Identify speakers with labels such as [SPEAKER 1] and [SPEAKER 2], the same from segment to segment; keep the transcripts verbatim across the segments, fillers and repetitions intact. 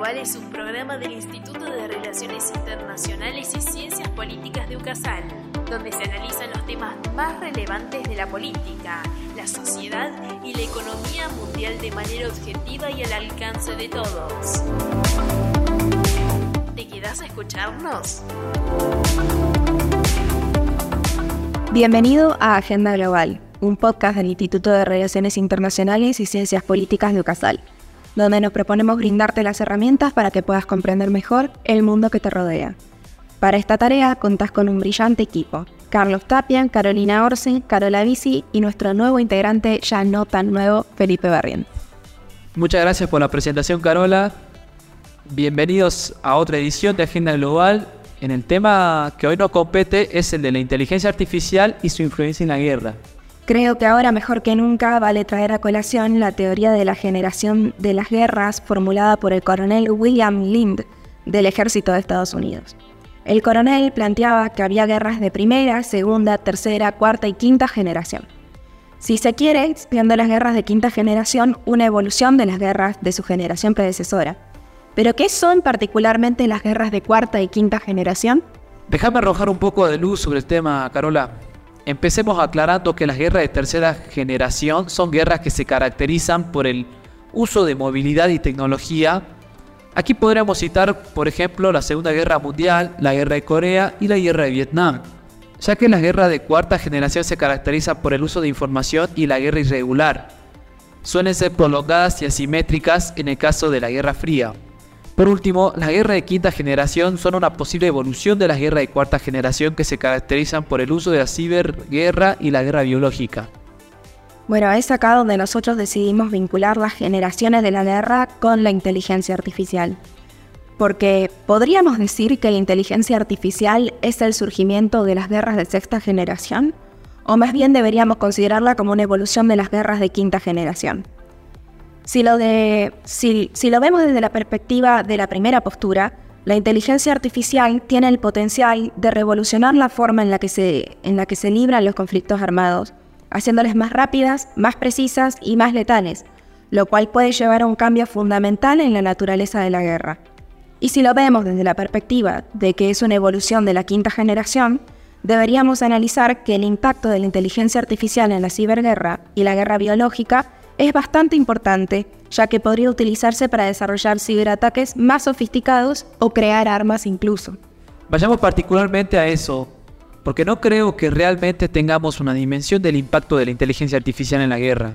[SPEAKER 1] Global es un programa del Instituto de Relaciones Internacionales y Ciencias Políticas de UCASAL, donde se analizan los temas más relevantes de la política, la sociedad y la economía mundial de manera objetiva y al alcance de todos. ¿Te quedás a escucharnos?
[SPEAKER 2] Bienvenido a Agenda Global, un podcast del Instituto de Relaciones Internacionales y Ciencias Políticas de UCASAL, donde nos proponemos brindarte las herramientas para que puedas comprender mejor el mundo que te rodea. Para esta tarea contás con un brillante equipo: Carlos Tapia, Carolina Orsi, Carola Bisi y nuestro nuevo integrante, ya no tan nuevo, Felipe Barrien.
[SPEAKER 3] Muchas gracias por la presentación, Carola. Bienvenidos a otra edición de Agenda Global. En el tema que hoy nos compete es el de la inteligencia artificial y su influencia en la guerra.
[SPEAKER 2] Creo que ahora mejor que nunca vale traer a colación la teoría de la generación de las guerras formulada por el coronel William Lind del Ejército de Estados Unidos. El coronel planteaba que había guerras de primera, segunda, tercera, cuarta y quinta generación. Si se quiere, siendo las guerras de quinta generación una evolución de las guerras de su generación predecesora. ¿Pero qué son particularmente las guerras de cuarta y quinta generación?
[SPEAKER 3] Déjame arrojar un poco de luz sobre el tema, Carola. Empecemos aclarando que las guerras de tercera generación son guerras que se caracterizan por el uso de movilidad y tecnología. Aquí podríamos citar, por ejemplo, la Segunda Guerra Mundial, la Guerra de Corea y la Guerra de Vietnam, ya que las guerras de cuarta generación se caracterizan por el uso de información y la guerra irregular. Suelen ser prolongadas y asimétricas en el caso de la Guerra Fría. Por último, las guerras de quinta generación son una posible evolución de las guerras de cuarta generación que se caracterizan por el uso de la ciberguerra y la guerra biológica.
[SPEAKER 2] Bueno, es acá donde nosotros decidimos vincular las generaciones de la guerra con la inteligencia artificial. Porque podríamos decir que la inteligencia artificial es el surgimiento de las guerras de sexta generación, o más bien deberíamos considerarla como una evolución de las guerras de quinta generación. Si lo, de, si, si lo vemos desde la perspectiva de la primera postura, la inteligencia artificial tiene el potencial de revolucionar la forma en la que se, en la que se libran los conflictos armados, haciéndoles más rápidas, más precisas y más letales, lo cual puede llevar a un cambio fundamental en la naturaleza de la guerra. Y si lo vemos desde la perspectiva de que es una evolución de la quinta generación, deberíamos analizar que el impacto de la inteligencia artificial en la ciberguerra y la guerra biológica es bastante importante, ya que podría utilizarse para desarrollar ciberataques más sofisticados o crear armas incluso.
[SPEAKER 3] Vayamos particularmente a eso, porque no creo que realmente tengamos una dimensión del impacto de la inteligencia artificial en la guerra.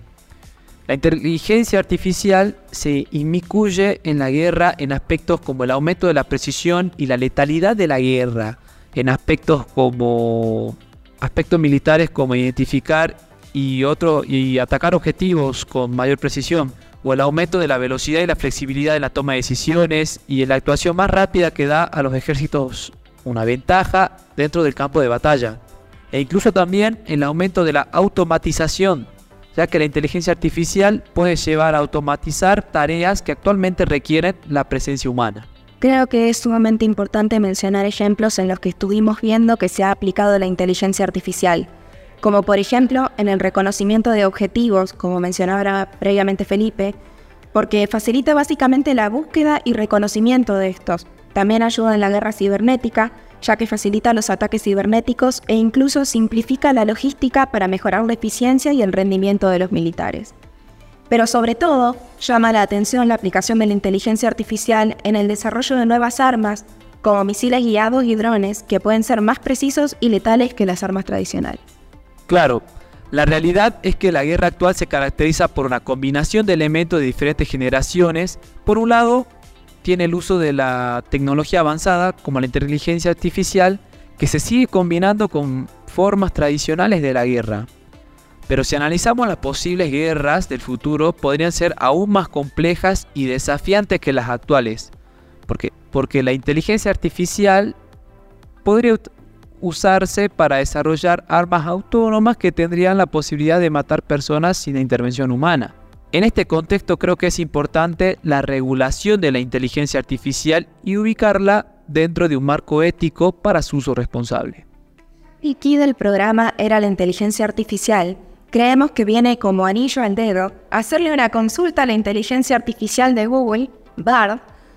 [SPEAKER 3] La inteligencia artificial se inmiscuye en la guerra en aspectos como el aumento de la precisión y la letalidad de la guerra, en aspectos como aspectos militares como identificar y, otro, y atacar objetivos con mayor precisión, o el aumento de la velocidad y la flexibilidad de la toma de decisiones y la actuación más rápida que da a los ejércitos una ventaja dentro del campo de batalla, e incluso también el aumento de la automatización, ya que la inteligencia artificial puede llevar a automatizar tareas que actualmente requieren la presencia humana.
[SPEAKER 2] Creo que es sumamente importante mencionar ejemplos en los que estuvimos viendo que se ha aplicado la inteligencia artificial, como por ejemplo en el reconocimiento de objetivos, como mencionaba previamente Felipe, porque facilita básicamente la búsqueda y reconocimiento de estos. También ayuda en la guerra cibernética, ya que facilita los ataques cibernéticos e incluso simplifica la logística para mejorar la eficiencia y el rendimiento de los militares. Pero sobre todo, llama la atención la aplicación de la inteligencia artificial en el desarrollo de nuevas armas, como misiles guiados y drones, que pueden ser más precisos y letales que las armas tradicionales.
[SPEAKER 3] Claro, la realidad es que la guerra actual se caracteriza por una combinación de elementos de diferentes generaciones. Por un lado, tiene el uso de la tecnología avanzada, como la inteligencia artificial, que se sigue combinando con formas tradicionales de la guerra. Pero si analizamos las posibles guerras del futuro, podrían ser aún más complejas y desafiantes que las actuales. ¿Por qué? Porque la inteligencia artificial podría usarse para desarrollar armas autónomas que tendrían la posibilidad de matar personas sin intervención humana. En este contexto creo que es importante la regulación de la inteligencia artificial y ubicarla dentro de un marco ético para su uso responsable.
[SPEAKER 2] El key del programa era la inteligencia artificial. Creemos que viene como anillo al dedo hacerle una consulta a la inteligencia artificial de Google, Bard,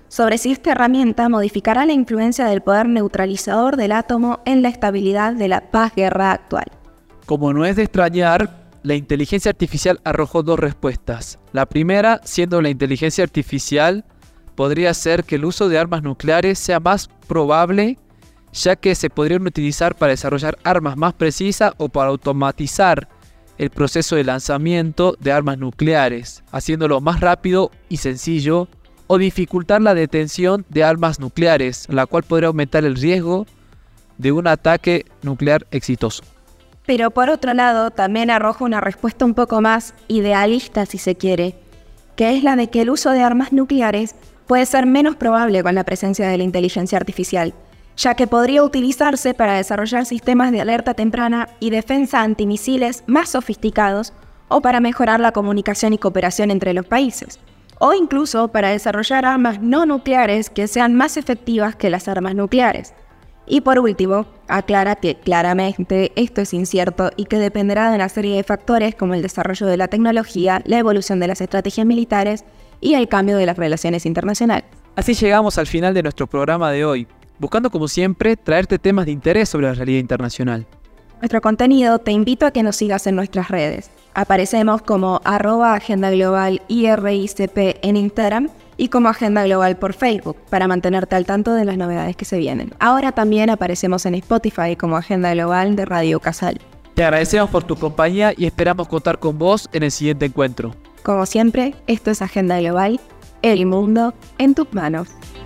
[SPEAKER 2] sobre si esta herramienta modificará la influencia del poder neutralizador del átomo en la estabilidad de la paz-guerra actual.
[SPEAKER 3] Como no es de extrañar, la inteligencia artificial arrojó dos respuestas. La primera, siendo la inteligencia artificial, podría ser que el uso de armas nucleares sea más probable, ya que se podrían utilizar para desarrollar armas más precisas o para automatizar el proceso de lanzamiento de armas nucleares, haciéndolo más rápido y sencillo, o dificultar la detención de armas nucleares, la cual podría aumentar el riesgo de un ataque nuclear exitoso.
[SPEAKER 2] Pero por otro lado, también arroja una respuesta un poco más idealista, si se quiere, que es la de que el uso de armas nucleares puede ser menos probable con la presencia de la inteligencia artificial, ya que podría utilizarse para desarrollar sistemas de alerta temprana y defensa antimisiles más sofisticados o para mejorar la comunicación y cooperación entre los países, o incluso para desarrollar armas no nucleares que sean más efectivas que las armas nucleares. Y por último, aclara que claramente esto es incierto y que dependerá de una serie de factores como el desarrollo de la tecnología, la evolución de las estrategias militares y el cambio de las relaciones internacionales.
[SPEAKER 3] Así llegamos al final de nuestro programa de hoy, buscando como siempre traerte temas de interés sobre la realidad internacional.
[SPEAKER 2] Nuestro contenido te invito a que nos sigas en nuestras redes. Aparecemos como arroba Agenda Global I R I C P en Instagram y como Agenda Global por Facebook, para mantenerte al tanto de las novedades que se vienen. Ahora también aparecemos en Spotify como Agenda Global de Radio Casal.
[SPEAKER 3] Te agradecemos por tu compañía y esperamos contar con vos en el siguiente encuentro.
[SPEAKER 2] Como siempre, esto es Agenda Global, el mundo en tus manos.